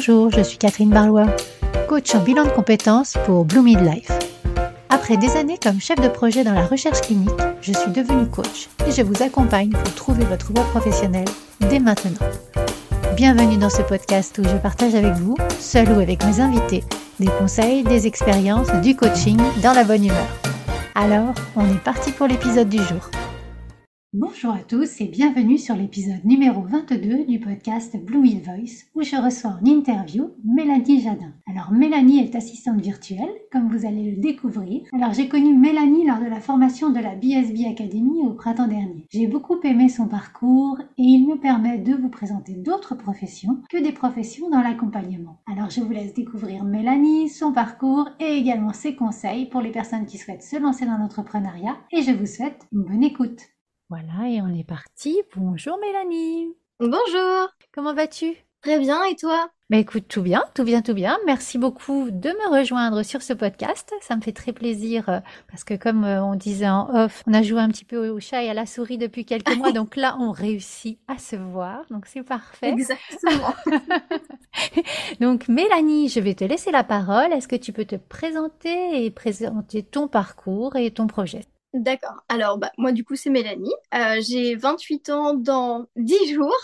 Bonjour, je suis Catherine Barlois, coach en bilan de compétences pour Blue Midlife. Après des années comme chef de projet dans la recherche clinique, je suis devenue coach et je vous accompagne pour trouver votre voie professionnelle dès maintenant. Bienvenue dans ce podcast où je partage avec vous, seul ou avec mes invités, des conseils, des expériences, du coaching dans la bonne humeur. Alors, on est parti pour l'épisode du jour. Bonjour à tous et bienvenue sur l'épisode numéro 22 du podcast Blue Whale Voice où je reçois en interview Mélanie Jadin. Alors Mélanie est assistante virtuelle, comme vous allez le découvrir. Alors j'ai connu Mélanie lors de la formation de la BSB Academy au printemps dernier. J'ai beaucoup aimé son parcours et il me permet de vous présenter d'autres professions que des professions dans l'accompagnement. Alors je vous laisse découvrir Mélanie, son parcours et également ses conseils pour les personnes qui souhaitent se lancer dans l'entrepreneuriat et je vous souhaite une bonne écoute. Voilà, et on est parti. Bonjour Mélanie. Bonjour. Comment vas-tu? Très bien, et toi? Écoute, tout bien. Merci beaucoup de me rejoindre sur ce podcast. Ça me fait très plaisir parce que comme on disait en off, on a joué un petit peu au chat et à la souris depuis quelques mois. Donc là, on réussit à se voir. Donc c'est parfait. Exactement. Donc Mélanie, je vais te laisser la parole. Est-ce que tu peux te présenter et présenter ton parcours et ton projet? D'accord. Alors, moi, du coup, c'est Mélanie. J'ai 28 ans dans 10 jours.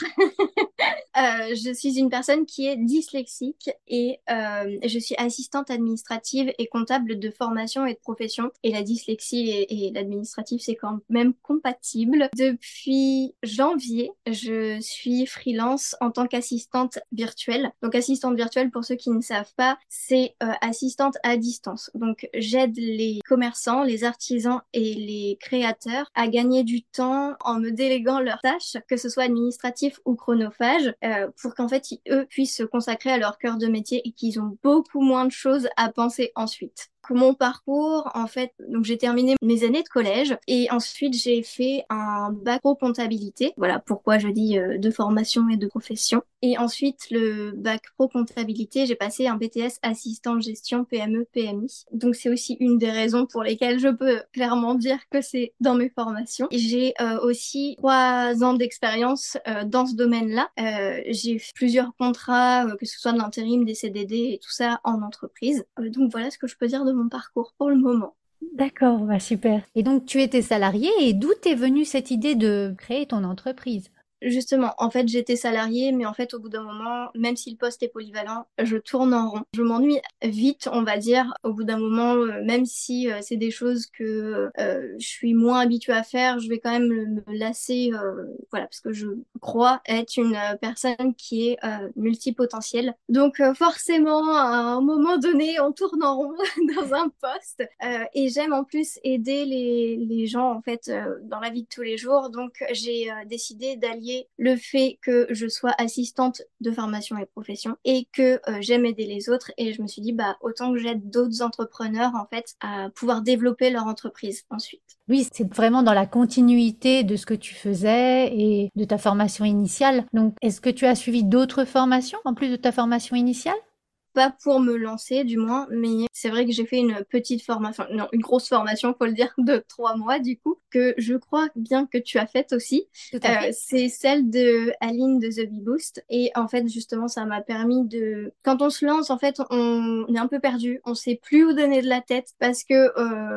Je suis une personne qui est dyslexique et je suis assistante administrative et comptable de formation et de profession. Et la dyslexie et l'administratif, c'est quand même compatible. Depuis janvier, je suis freelance en tant qu'assistante virtuelle. Donc, assistante virtuelle, pour ceux qui ne savent pas, c'est assistante à distance. Donc, j'aide les commerçants, les artisans et les créateurs à gagner du temps en me déléguant leurs tâches, que ce soit administratif ou chronophage, pour qu'en fait, eux puissent se consacrer à leur cœur de métier et qu'ils ont beaucoup moins de choses à penser ensuite. Mon parcours, en fait, donc j'ai terminé mes années de collège et ensuite j'ai fait un bac pro comptabilité. Voilà pourquoi je dis de formation et de profession. Et ensuite, le bac pro comptabilité, j'ai passé un BTS assistant gestion PME PMI. Donc c'est aussi une des raisons pour lesquelles je peux clairement dire que c'est dans mes formations. Et j'ai aussi 3 ans d'expérience dans ce domaine-là. J'ai fait plusieurs contrats, que ce soit de l'intérim, des CDD et tout ça en entreprise. Donc voilà ce que je peux dire de mon parcours pour le moment. D'accord, super. Et donc tu étais salariée et d'où t'est venue cette idée de créer ton entreprise? Justement, en fait, j'étais salariée, mais en fait, au bout d'un moment, même si le poste est polyvalent, je tourne en rond. Je m'ennuie vite, on va dire, au bout d'un moment, même si c'est des choses que je suis moins habituée à faire, je vais quand même me lasser, voilà, parce que je crois être une personne qui est multipotentielle. Donc, forcément, à un moment donné, on tourne en rond dans un poste. Et j'aime en plus aider les gens, en fait, dans la vie de tous les jours. Donc, j'ai décidé d'allier le fait que je sois assistante de formation et profession et que j'aime aider les autres et je me suis dit autant que j'aide d'autres entrepreneurs en fait à pouvoir développer leur entreprise ensuite. Oui, c'est vraiment dans la continuité de ce que tu faisais et de ta formation initiale. Donc, est-ce que tu as suivi d'autres formations en plus de ta formation initiale? Pas pour me lancer du moins, mais c'est vrai que j'ai fait une petite formation, non, une grosse formation, faut le dire, de 3 mois du coup, que je crois bien que tu as faite aussi. Tout à fait. C'est celle de Aline de The Bee Boost. Et en fait, justement, ça m'a permis de... Quand on se lance, en fait, on est un peu perdu, on sait plus où donner de la tête parce que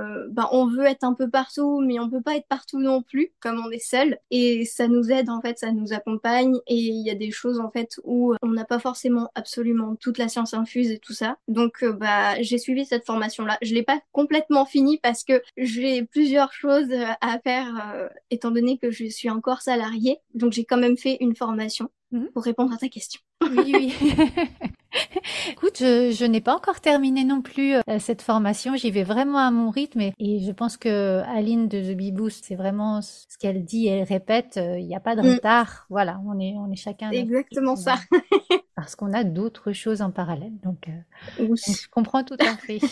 on veut être un peu partout, mais on peut pas être partout non plus, comme on est seul. Et ça nous aide, en fait, ça nous accompagne. Et il y a des choses, en fait, où on n'a pas forcément absolument toute la science infuse et tout ça. Donc j'ai suivi cette formation-là. Je l'ai pas complètement finie parce que j'ai plusieurs choses à faire étant donné que je suis encore salariée. Donc j'ai quand même fait une formation pour répondre à ta question. Oui. Écoute, je n'ai pas encore terminé non plus cette formation. J'y vais vraiment à mon rythme et je pense que Aline de The Bee Boost, c'est vraiment ce qu'elle dit et elle répète. Il n'y a pas de retard. Voilà, on est chacun à C'est notre exactement rythme ça. parce qu'on a d'autres choses en parallèle. Donc Oui. je comprends tout à fait.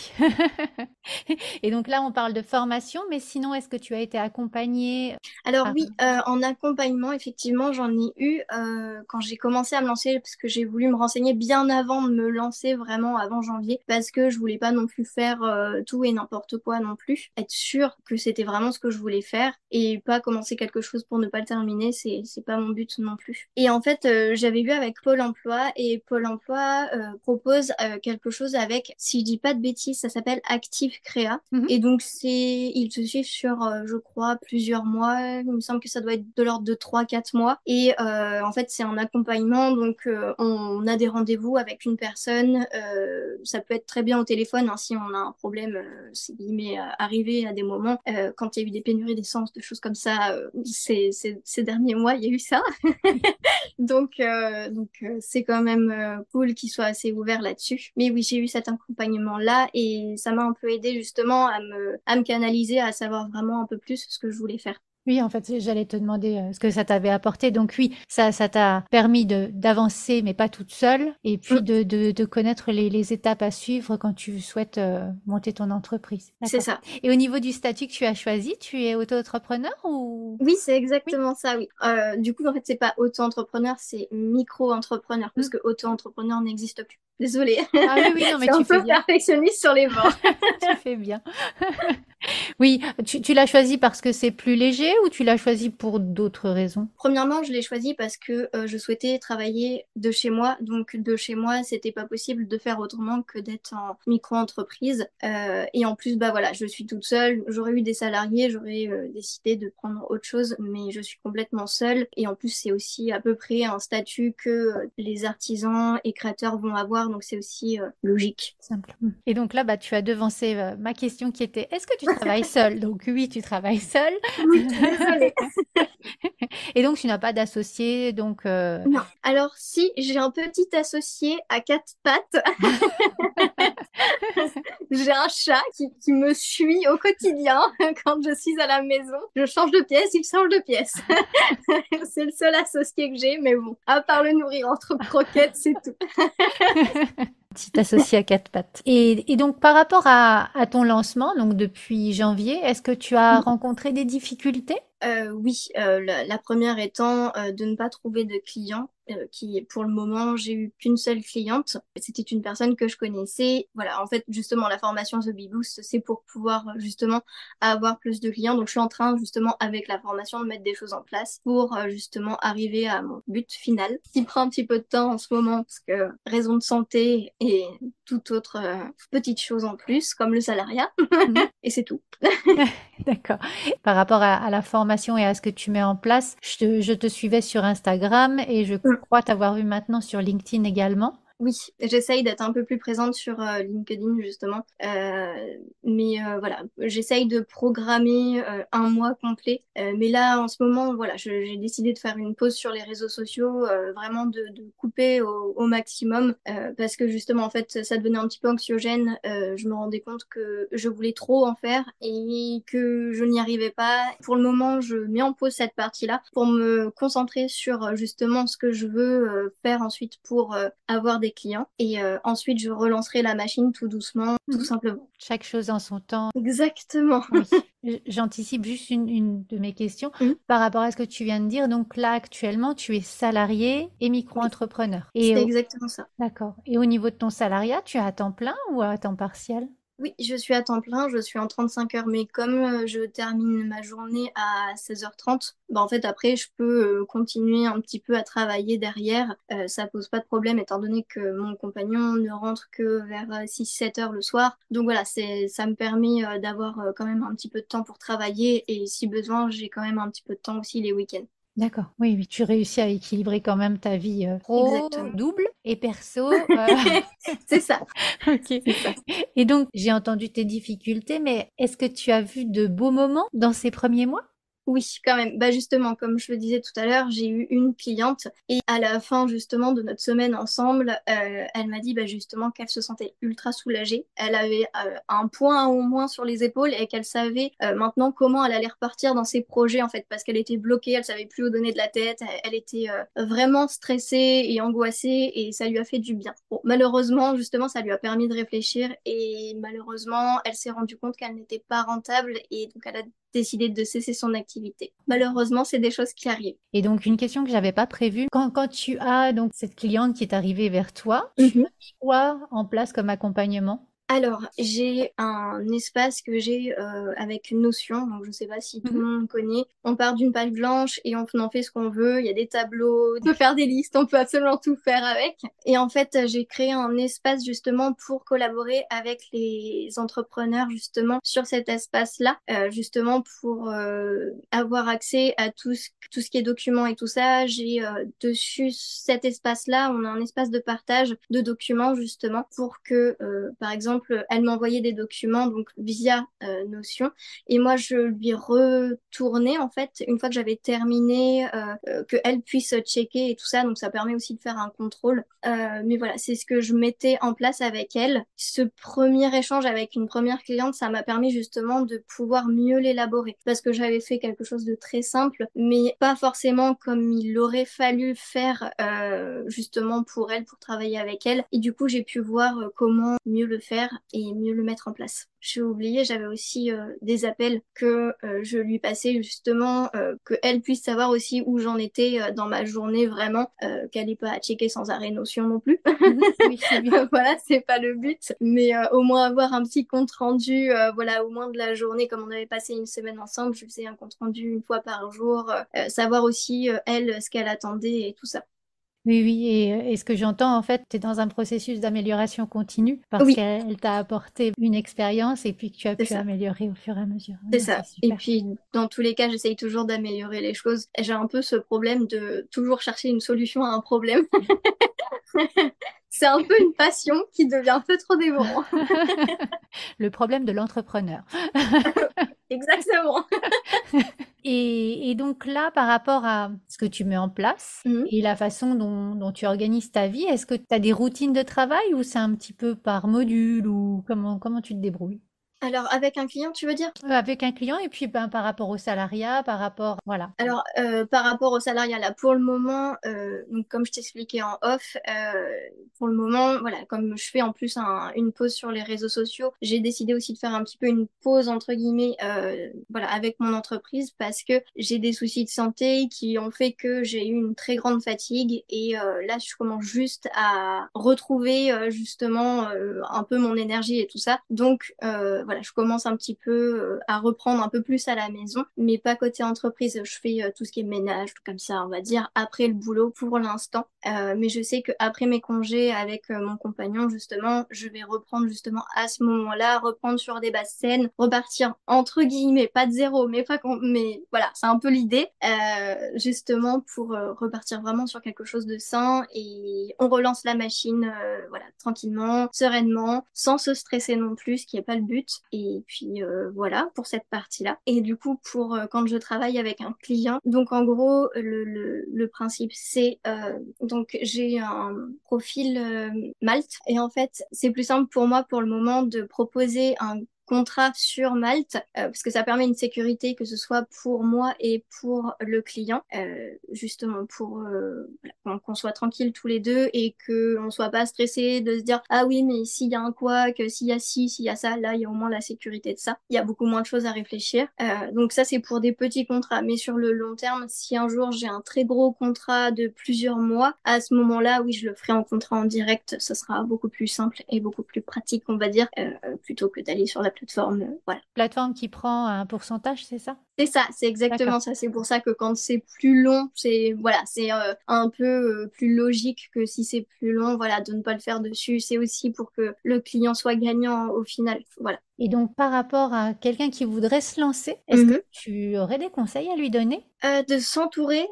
Et donc là, on parle de formation, mais sinon, est-ce que tu as été accompagnée Alors par... oui, en accompagnement, effectivement, j'en ai eu quand j'ai commencé à me lancer, parce que j'ai voulu me renseigner bien avant de me lancer vraiment avant janvier, parce que je voulais pas non plus faire tout et n'importe quoi non plus. Être sûre que c'était vraiment ce que je voulais faire et pas commencer quelque chose pour ne pas le terminer, c'est pas mon but non plus. Et en fait, j'avais vu avec Pôle Emploi et Pôle emploi proposent quelque chose avec, si je dis pas de bêtises, ça s'appelle Active Créa. Mhm. Et donc, ils se suivent sur, je crois, plusieurs mois. Il me semble que ça doit être de l'ordre de 3, 4 mois. Et en fait, c'est un accompagnement. Donc, on a des rendez-vous avec une personne. Ça peut être très bien au téléphone, hein, si on a un problème. C'est guillemets arrivé à des moments quand il y a eu des pénuries d'essence, de choses comme ça. Ces derniers mois, il y a eu ça. Donc, c'est quand même cool qu'il soit assez ouvert là-dessus. Mais oui, j'ai eu cet accompagnement-là et ça m'a un peu aidé justement à me canaliser, à savoir vraiment un peu plus ce que je voulais faire. Oui, en fait, j'allais te demander ce que ça t'avait apporté. Donc oui, ça t'a permis d'avancer, mais pas toute seule, et puis Mm, de connaître les étapes à suivre quand tu souhaites monter ton entreprise. c'est D'accord. ça. Et au niveau du statut que tu as choisi, tu es auto-entrepreneur ou... Oui, c'est Oui. exactement ça, oui. Du coup, en fait, c'est pas auto-entrepreneur, c'est micro-entrepreneur, parce Mm. que auto-entrepreneur n'existe plus. Désolée. Ah oui, oui, non, Je mais suis un tu fais peu bien. perfectionniste sur les bords. Tu fais bien. Oui, tu l'as choisi parce que c'est plus léger ou tu l'as choisi pour d'autres raisons? Premièrement, je l'ai choisi parce que je souhaitais travailler de chez moi. Donc, de chez moi, c'était pas possible de faire autrement que d'être en micro-entreprise. Et en plus, bah voilà, je suis toute seule. J'aurais eu des salariés, j'aurais décidé de prendre autre chose, mais je suis complètement seule. Et en plus, c'est aussi à peu près un statut que les artisans et créateurs vont avoir. Donc, c'est aussi logique. Simple. Mm. Et donc là, bah, tu as devancé ma question qui était, est-ce que tu travailles seule? Donc oui, tu travailles seule. Oui, désolée. Et donc tu n'as pas d'associé, donc Non. Alors, si j'ai un petit associé à 4 pattes, j'ai un chat qui me suit au quotidien quand je suis à la maison. Je change de pièce, il change de pièce. C'est le seul associé que j'ai, mais bon, à part le nourrir entre croquettes, c'est tout. petit associé à quatre pattes. Et donc par rapport à ton lancement, donc depuis janvier, est-ce que tu as rencontré des difficultés? Oui, la première étant de ne pas trouver de clients. Qui pour le moment j'ai eu qu'une seule cliente. C'était une personne que je connaissais. Voilà, en fait justement la formation The Bee Boost c'est pour pouvoir justement avoir plus de clients. Donc je suis en train justement avec la formation de mettre des choses en place pour justement arriver à mon but final. Qui prend un petit peu de temps en ce moment parce que raison de santé et toute autre petite chose en plus comme le salariat. Mhm. Et c'est tout. D'accord. Par rapport à la formation et à ce que tu mets en place, je te suivais sur Instagram et je crois t'avoir vu maintenant sur LinkedIn également. Oui, j'essaye d'être un peu plus présente sur LinkedIn justement. Mais voilà, j'essaye de programmer un mois complet. Mais là, en ce moment, voilà, j'ai décidé de faire une pause sur les réseaux sociaux, vraiment de couper au maximum parce que justement, en fait, ça devenait un petit peu anxiogène. Je me rendais compte que je voulais trop en faire et que je n'y arrivais pas. Pour le moment, je mets en pause cette partie-là pour me concentrer sur justement ce que je veux faire ensuite pour avoir des clients. Et ensuite, je relancerai la machine tout doucement, tout Mhm. simplement. Chaque chose en son temps. Exactement. Oui. J'anticipe juste une de mes questions Mhm. par rapport à ce que tu viens de dire. Donc là, actuellement, tu es salarié et Oui, micro-entrepreneur. c'est exactement ça. D'accord. Et au niveau de ton salariat, tu es à temps plein ou à temps partiel? Oui, je suis à temps plein, je suis en 35 heures, mais comme je termine ma journée à 16h30, bah en fait après je peux continuer un petit peu à travailler derrière. Ça pose pas de problème étant donné que mon compagnon ne rentre que vers 6, 7 heures le soir. Donc voilà, ça me permet d'avoir quand même un petit peu de temps pour travailler et si besoin, j'ai quand même un petit peu de temps aussi les week-ends. D'accord. Oui, oui, tu réussis à équilibrer quand même ta vie pro, Exactement. double et perso. C'est ça, Ok. c'est ça. Et donc, j'ai entendu tes difficultés, mais est-ce que tu as vu de beaux moments dans ces premiers mois? Oui, quand même. Bah justement, comme je le disais tout à l'heure, j'ai eu une cliente et à la fin justement de notre semaine ensemble, elle m'a dit bah, justement qu'elle se sentait ultra soulagée. Elle avait un point au moins sur les épaules et qu'elle savait maintenant comment elle allait repartir dans ses projets en fait parce qu'elle était bloquée, elle savait plus où donner de la tête, elle était vraiment stressée et angoissée et ça lui a fait du bien. Bon, malheureusement, justement, ça lui a permis de réfléchir et malheureusement, elle s'est rendue compte qu'elle n'était pas rentable et donc elle a décidé de cesser son activité. Malheureusement, c'est des choses qui arrivent. Et donc, une question que j'avais pas prévue. Quand tu as donc cette cliente qui est arrivée vers toi, tu Mhm. as mis quoi en place comme accompagnement? Alors, j'ai un espace que j'ai avec Notion, donc je ne sais pas si tout Mhm. le monde connaît. On part d'une page blanche et on en fait ce qu'on veut. Il y a des tableaux, on peut faire des listes, on peut absolument tout faire avec. Et en fait, j'ai créé un espace justement pour collaborer avec les entrepreneurs justement sur cet espace-là, justement pour avoir accès à tout ce qui est documents et tout ça. J'ai dessus cet espace-là, on a un espace de partage de documents justement pour que, par exemple, elle m'envoyait des documents donc via Notion et moi je lui retournais en fait une fois que j'avais terminé, que elle puisse checker et tout ça. Donc ça permet aussi de faire un contrôle. Mais voilà, c'est ce que je mettais en place avec elle. Ce premier échange avec une première cliente, ça m'a permis justement de pouvoir mieux l'élaborer parce que j'avais fait quelque chose de très simple, mais pas forcément comme il aurait fallu faire justement pour elle, pour travailler avec elle. Et du coup, j'ai pu voir comment mieux le faire et mieux le mettre en place. J'ai oublié, j'avais aussi des appels que je lui passais justement, que elle puisse savoir aussi où j'en étais dans ma journée vraiment, qu'elle n'ait pas à checker sans arrêt Notion non plus. Mhm. Oui, c'est bien. Voilà, c'est pas le but, mais au moins avoir un petit compte rendu, voilà, au moins de la journée, comme on avait passé une semaine ensemble, je faisais un compte rendu une fois par jour, savoir aussi elle ce qu'elle attendait et tout ça. Oui, oui, et ce que j'entends, en fait, tu es dans un processus d'amélioration continue parce Oui, qu'elle t'a apporté une expérience et puis que tu as c'est pu ça. améliorer au fur et à mesure. Oui, C'est non, c'est ça. Et super. puis, dans tous les cas, j'essaye toujours d'améliorer les choses. J'ai un peu ce problème de toujours chercher une solution à un problème. C'est un peu une passion qui devient un peu trop dévorant. Le problème de l'entrepreneur. Exactement. Et donc là, par rapport à ce que tu mets en place Mhm. et la façon dont tu organises ta vie, est-ce que tu as des routines de travail ou c'est un petit peu par module ou comment tu te débrouilles? Alors, avec un client, tu veux dire? Avec un client et puis ben, par rapport au salariat, par rapport... Voilà. Alors, par rapport au salariat, là, pour le moment, donc comme je t'expliquais en off, pour le moment, voilà, comme je fais en plus une pause sur les réseaux sociaux, j'ai décidé aussi de faire un petit peu une pause, entre guillemets, voilà, avec mon entreprise parce que j'ai des soucis de santé qui ont fait que j'ai eu une très grande fatigue et là, je commence juste à retrouver justement un peu mon énergie et tout ça. Donc, voilà, je commence un petit peu à reprendre un peu plus à la maison, mais pas côté entreprise. Je fais tout ce qui est ménage, tout comme ça, on va dire, après le boulot pour l'instant. Mais je sais qu'après mes congés avec mon compagnon, justement, je vais reprendre justement à ce moment-là, reprendre sur des bases saines, repartir entre guillemets, pas de zéro, mais pas mais voilà, c'est un peu l'idée, justement pour repartir vraiment sur quelque chose de sain et on relance la machine, voilà, tranquillement, sereinement, sans se stresser non plus, ce qui n'est pas le but. Et puis voilà pour cette partie-là. Et du coup, pour quand je travaille avec un client, donc en gros, le principe, c'est donc j'ai un profil Malte et en fait, c'est plus simple pour moi pour le moment de proposer un contrat sur Malte parce que ça permet une sécurité que ce soit pour moi et pour le client justement pour voilà, qu'on soit tranquille tous les deux et que on soit pas stressé de se dire ah oui mais s'il y a un couac, s'il y a ci, s'il y a ça, là il y a au moins la sécurité de ça. Il y a beaucoup moins de choses à réfléchir. Donc ça c'est pour des petits contrats, mais sur le long terme, si un jour j'ai un très gros contrat de plusieurs mois, à ce moment-là, oui, je le ferai en contrat en direct. Ça sera beaucoup plus simple et beaucoup plus pratique, on va dire, plutôt que d'aller sur la plateforme. Voilà. Plateforme qui prend un pourcentage, c'est ça? C'est ça, c'est D'accord. exactement ça. C'est pour ça que quand c'est plus long, c'est voilà, c'est un peu plus logique que si c'est plus long, voilà, de ne pas le faire dessus. C'est aussi pour que le client soit gagnant au final. Voilà. Et donc, par rapport à quelqu'un qui voudrait se lancer, est-ce que Mhm. tu aurais des conseils à lui donner? De s'entourer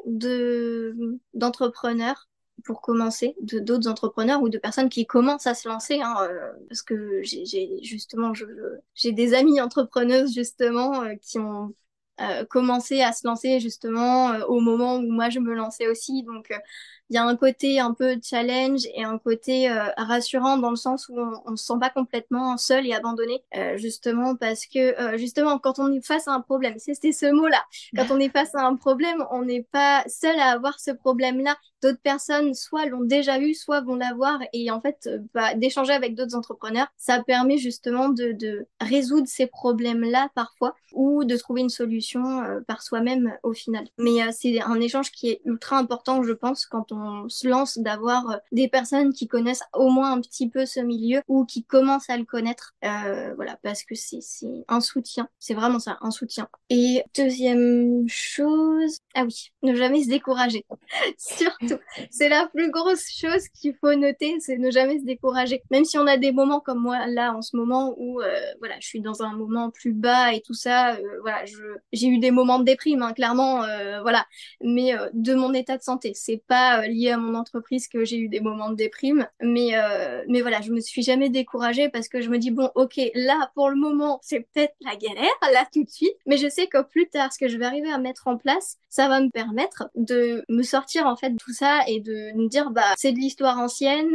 de d'entrepreneurs pour commencer, de d'autres entrepreneurs ou de personnes qui commencent à se lancer, hein, parce que justement j'ai des amies entrepreneuses justement qui ont commencé à se lancer justement au moment où moi je me lançais aussi. Donc il y a un côté un peu challenge et un côté rassurant dans le sens où on se sent pas complètement seul et abandonné, justement parce que justement quand on est face à un problème, c'est ce mot-là, quand on est face à un problème, on n'est pas seul à avoir ce problème-là. d'autres personnes soit l'ont déjà eu, soit vont l'avoir. Et en fait, d'échanger avec d'autres entrepreneurs, ça permet justement de résoudre ces problèmes-là parfois ou de trouver une solution par soi-même au final. Mais c'est un échange qui est ultra important, je pense, quand on se lance, d'avoir des personnes qui connaissent au moins un petit peu ce milieu ou qui commencent à le connaître. Voilà, parce que c'est un soutien. C'est vraiment ça, un soutien. Et deuxième chose, ah oui, ne jamais se décourager. Surtout, c'est la plus grosse chose qu'il faut noter, c'est ne jamais se décourager. Même si on a des moments comme moi là en ce moment où voilà, je suis dans un moment plus bas et tout ça, voilà, j'ai eu des moments de déprime, hein, clairement, voilà, mais de mon état de santé. C'est pas lié à mon entreprise que j'ai eu des moments de déprime, mais voilà, je me suis jamais découragée parce que je me dis bon, ok, là pour le moment c'est peut-être la galère là tout de suite, mais je sais que plus tard, ce que je vais arriver à mettre en place, ça va me permettre de me sortir en fait de tout ça et de me dire bah c'est de l'histoire ancienne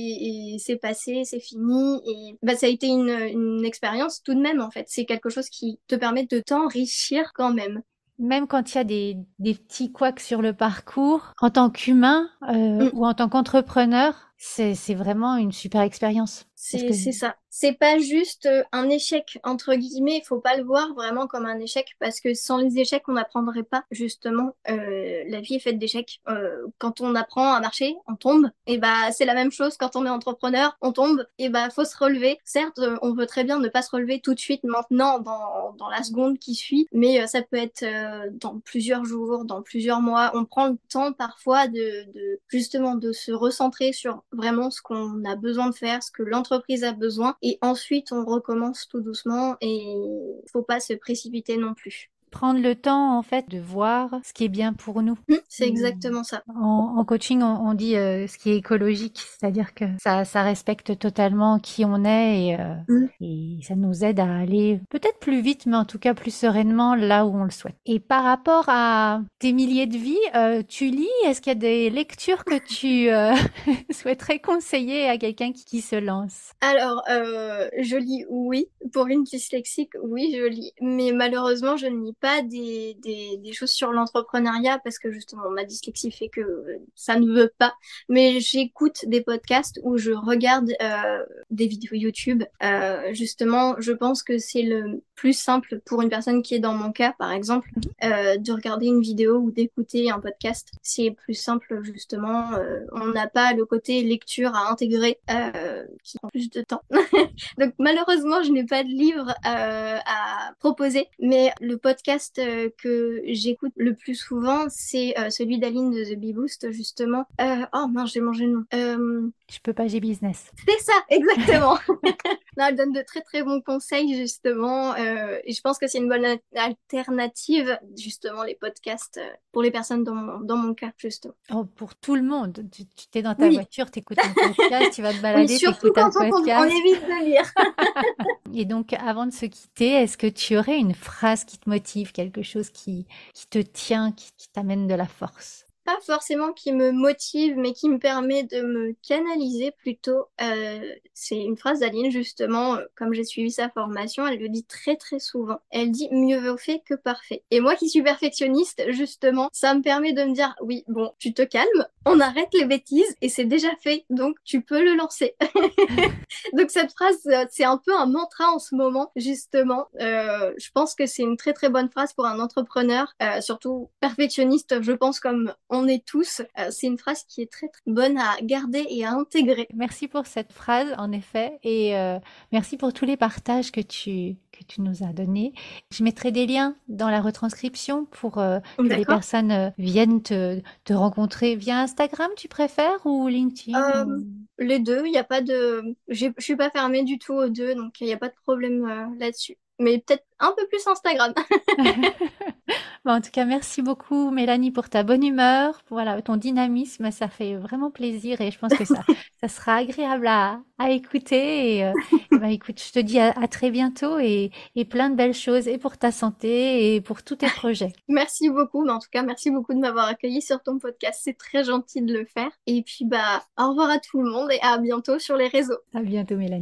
et c'est passé, c'est fini et bah ça a été une expérience tout de même en fait. C'est quelque chose qui te permet de t'enrichir quand même. Même quand il y a des petits couacs sur le parcours, en tant qu'humain Mm. ou en tant qu'entrepreneur, c'est vraiment une super expérience. Parce que C'est ça. C'est pas juste un échec, entre guillemets. Il faut pas le voir vraiment comme un échec parce que sans les échecs, on n'apprendrait pas, justement. La vie est faite d'échecs. Quand on apprend à marcher, on tombe. Et bah, c'est la même chose quand on est entrepreneur, on tombe. Et bah, faut se relever. Certes, on peut très bien ne pas se relever tout de suite, maintenant, dans la seconde qui suit. Mais ça peut être dans plusieurs jours, dans plusieurs mois. On prend le temps parfois justement de se recentrer sur vraiment ce qu'on a besoin de faire, ce que l'entreprise a besoin. Et ensuite, on recommence tout doucement et il faut pas se précipiter non plus. prendre le temps, en fait, de voir ce qui est bien pour nous. C'est exactement ça. En coaching, on dit ce qui est écologique, c'est-à-dire que ça respecte totalement qui on est Mm. et ça nous aide à aller peut-être plus vite, mais en tout cas plus sereinement là où on le souhaite. Et par rapport à tes milliers de vies, tu lis, est-ce qu'il y a des lectures que tu souhaiterais conseiller à quelqu'un qui se lance? Alors, je lis, oui. Pour une dyslexique, oui, je lis. Mais malheureusement, je ne lis pas des choses sur l'entrepreneuriat parce que justement, ma dyslexie fait que ça ne veut pas. Mais j'écoute des podcasts ou je regarde des vidéos YouTube. Justement, je pense que c'est le plus simple pour une personne qui est dans mon cas, par exemple, de regarder une vidéo ou d'écouter un podcast. C'est plus simple, justement. On n'a pas le côté lecture à intégrer qui prend plus de temps. Donc malheureusement, je n'ai pas de livre à proposer, mais le podcast que j'écoute le plus souvent, c'est celui d'Aline de The Bee Boost, justement. Oh mince, j'ai mangé le nom. Je peux pas, j'ai business. C'est ça, exactement. Non, elle donne de très très bons conseils justement, et je pense que c'est une bonne alternative justement les podcasts pour les personnes dans mon cas justement. Oh, pour tout le monde. Tu t'es dans ta Oui, voiture, t'écoutes un podcast, tu vas te oui, balader, surtout t'écoutes un quand on podcast. évite de lire. Et donc, avant de se quitter, est-ce que tu aurais une phrase qui te motive, quelque chose qui te tient, qui t'amène de la force? Pas forcément qui me motive, mais qui me permet de me canaliser plutôt. C'est une phrase d'Aline, justement, comme j'ai suivi sa formation, elle le dit très très souvent. Elle dit mieux vaut fait que parfait. Et moi qui suis perfectionniste, justement, ça me permet de me dire, oui, bon, tu te calmes, on arrête les bêtises et c'est déjà fait, donc tu peux le lancer. Donc cette phrase, c'est un peu un mantra en ce moment, justement. Je pense que c'est une très très bonne phrase pour un entrepreneur, surtout perfectionniste, je pense comme on est tous. C'est une phrase qui est très très bonne à garder et à intégrer. Merci pour cette phrase, en effet, et merci pour tous les partages que tu nous as donnés. Je mettrai des liens dans la retranscription pour que les D'accord. personnes viennent te rencontrer via Instagram, tu préfères, ou LinkedIn Euh, les deux, il y a pas de, je suis pas fermée du tout aux deux, donc il n'y a pas de problème là-dessus. Mais peut-être un peu plus Instagram. Bon, en tout cas, merci beaucoup Mélanie pour ta bonne humeur, voilà, ton dynamisme, ça fait vraiment plaisir et je pense que ça sera agréable à écouter. Et ben, écoute, je te dis à très bientôt et plein de belles choses et pour ta santé et pour tous tes projets. Merci beaucoup, mais en tout cas, merci beaucoup de m'avoir accueilli sur ton podcast. C'est très gentil de le faire. Et puis, bah, au revoir à tout le monde et à bientôt sur les réseaux. À bientôt Mélanie.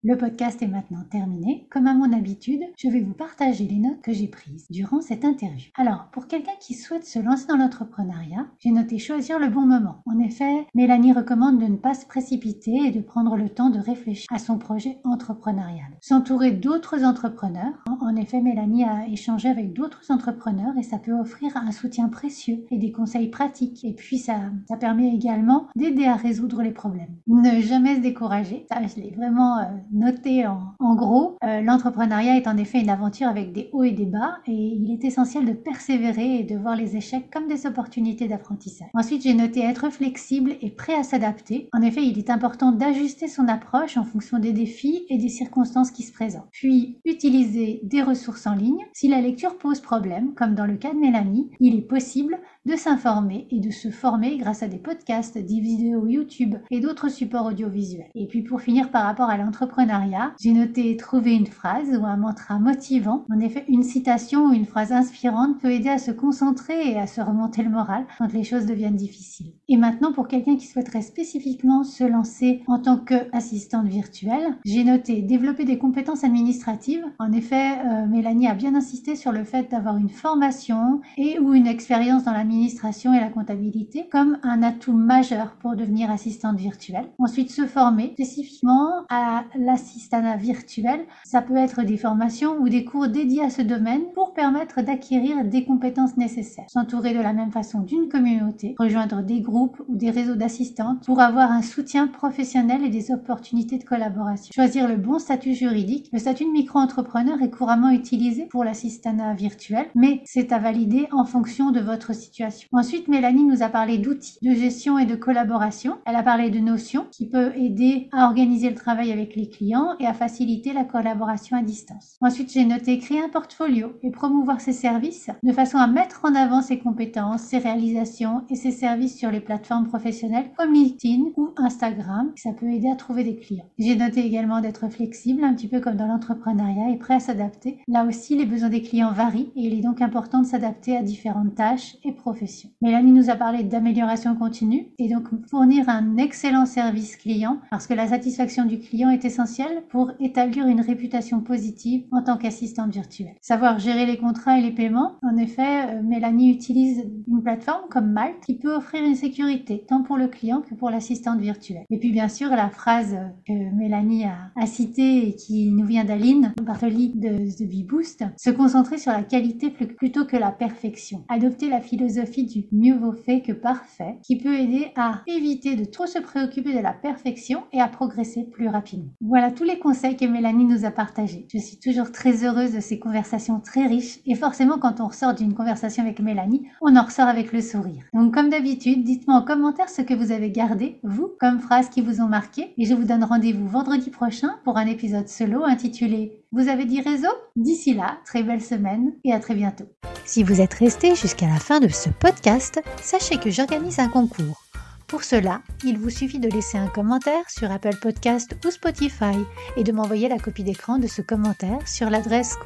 Le podcast est maintenant terminé. Comme à mon habitude, je vais vous partager les notes que j'ai prises durant cette interview. Alors, pour quelqu'un qui souhaite se lancer dans l'entrepreneuriat, j'ai noté choisir le bon moment. En effet, Mélanie recommande de ne pas se précipiter et de prendre le temps de réfléchir à son projet entrepreneurial. S'entourer d'autres entrepreneurs. En effet, Mélanie a échangé avec d'autres entrepreneurs et ça peut offrir un soutien précieux et des conseils pratiques. Et puis, ça permet également d'aider à résoudre les problèmes. Ne jamais se décourager. Ça, je l'ai vraiment noté en gros. L'entrepreneuriat est en effet une aventure avec des hauts et des bas et il est essentiel de persévérer et de voir les échecs comme des opportunités d'apprentissage. Ensuite, j'ai noté être flexible et prêt à s'adapter. En effet, il est important d'ajuster son approche en fonction des défis et des circonstances qui se présentent. Puis, utiliser des ressources en ligne. Si la lecture pose problème, comme dans le cas de Mélanie, il est possible de s'informer et de se former grâce à des podcasts, des vidéos YouTube et d'autres supports audiovisuels. Et puis pour finir par rapport à l'entrepreneuriat, j'ai noté trouver une phrase ou un mantra motivant. En effet, une citation ou une phrase inspirante peut aider à se concentrer et à se remonter le moral quand les choses deviennent difficiles. Et maintenant, pour quelqu'un qui souhaiterait spécifiquement se lancer en tant qu'assistante virtuelle, j'ai noté développer des compétences administratives. En effet, Mélanie a bien insisté sur le fait d'avoir une formation et ou une expérience dans l'administration et la comptabilité comme un atout majeur pour devenir assistante virtuelle. Ensuite, se former spécifiquement à l'assistanat virtuel. Ça peut être des formations ou des cours dédiés à ce domaine pour permettre d'acquérir des compétences nécessaires. S'entourer de la même façon d'une communauté, rejoindre des groupes ou des réseaux d'assistantes pour avoir un soutien professionnel et des opportunités de collaboration. Choisir le bon statut juridique. Le statut de micro-entrepreneur est couramment utilisé pour l'assistanat virtuel, mais c'est à valider en fonction de votre situation. Ensuite, Mélanie nous a parlé d'outils de gestion et de collaboration. Elle a parlé de Notion qui peut aider à organiser le travail avec les clients et à faciliter la collaboration à distance. Ensuite, j'ai noté créer un portfolio et promouvoir ses services de façon à mettre en avant ses compétences, ses réalisations et ses services sur les plateformes professionnelles comme LinkedIn ou Instagram. Ça peut aider à trouver des clients. J'ai noté également d'être flexible, un petit peu comme dans l'entrepreneuriat et prêt à s'adapter. Là aussi, les besoins des clients varient et il est donc important de s'adapter à différentes tâches et professions. Mélanie nous a parlé d'amélioration continue et donc fournir un excellent service client parce que la satisfaction du client est essentielle pour établir une réputation positive en tant qu'assistante virtuelle. Savoir gérer les contrats et les paiements. En effet, Mélanie utilise une plateforme comme Malte qui peut offrir une sécurité tant pour le client que pour l'assistante virtuelle. Et puis bien sûr, la phrase que Mélanie a citée et qui nous vient d'Aline Bartoli de The Bee Boost, se concentrer sur la qualité plutôt que la perfection. Adopter la philosophie du mieux vaut fait que parfait, qui peut aider à éviter de trop se préoccuper de la perfection et à progresser plus rapidement. Voilà tous les conseils que Mélanie nous a partagés. Je suis toujours très heureuse de ces conversations très riches et forcément quand on ressort d'une conversation avec Mélanie, on en ressort avec le sourire. Donc comme d'habitude, dites-moi en commentaire ce que vous avez gardé, vous, comme phrases qui vous ont marqué et je vous donne rendez-vous vendredi prochain pour un épisode solo intitulé « Vous avez dit réseau ?» D'ici là, très belle semaine et à très bientôt. Si vous êtes resté jusqu'à la fin de ce podcast, sachez que j'organise un concours. Pour cela, il vous suffit de laisser un commentaire sur Apple Podcast ou Spotify et de m'envoyer la copie d'écran de ce commentaire sur l'adresse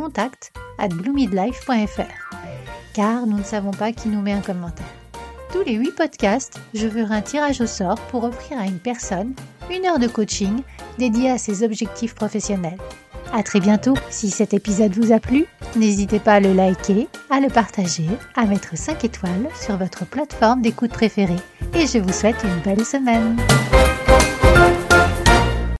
contact@bluemidlife.fr. Car nous ne savons pas qui nous met un commentaire. Tous les 8 podcasts, je ferai un tirage au sort pour offrir à une personne 1 heure de coaching dédiée à ses objectifs professionnels. À très bientôt. Si cet épisode vous a plu, n'hésitez pas à le liker, à le partager, à mettre 5 étoiles sur votre plateforme d'écoute préférée. Et je vous souhaite une belle semaine.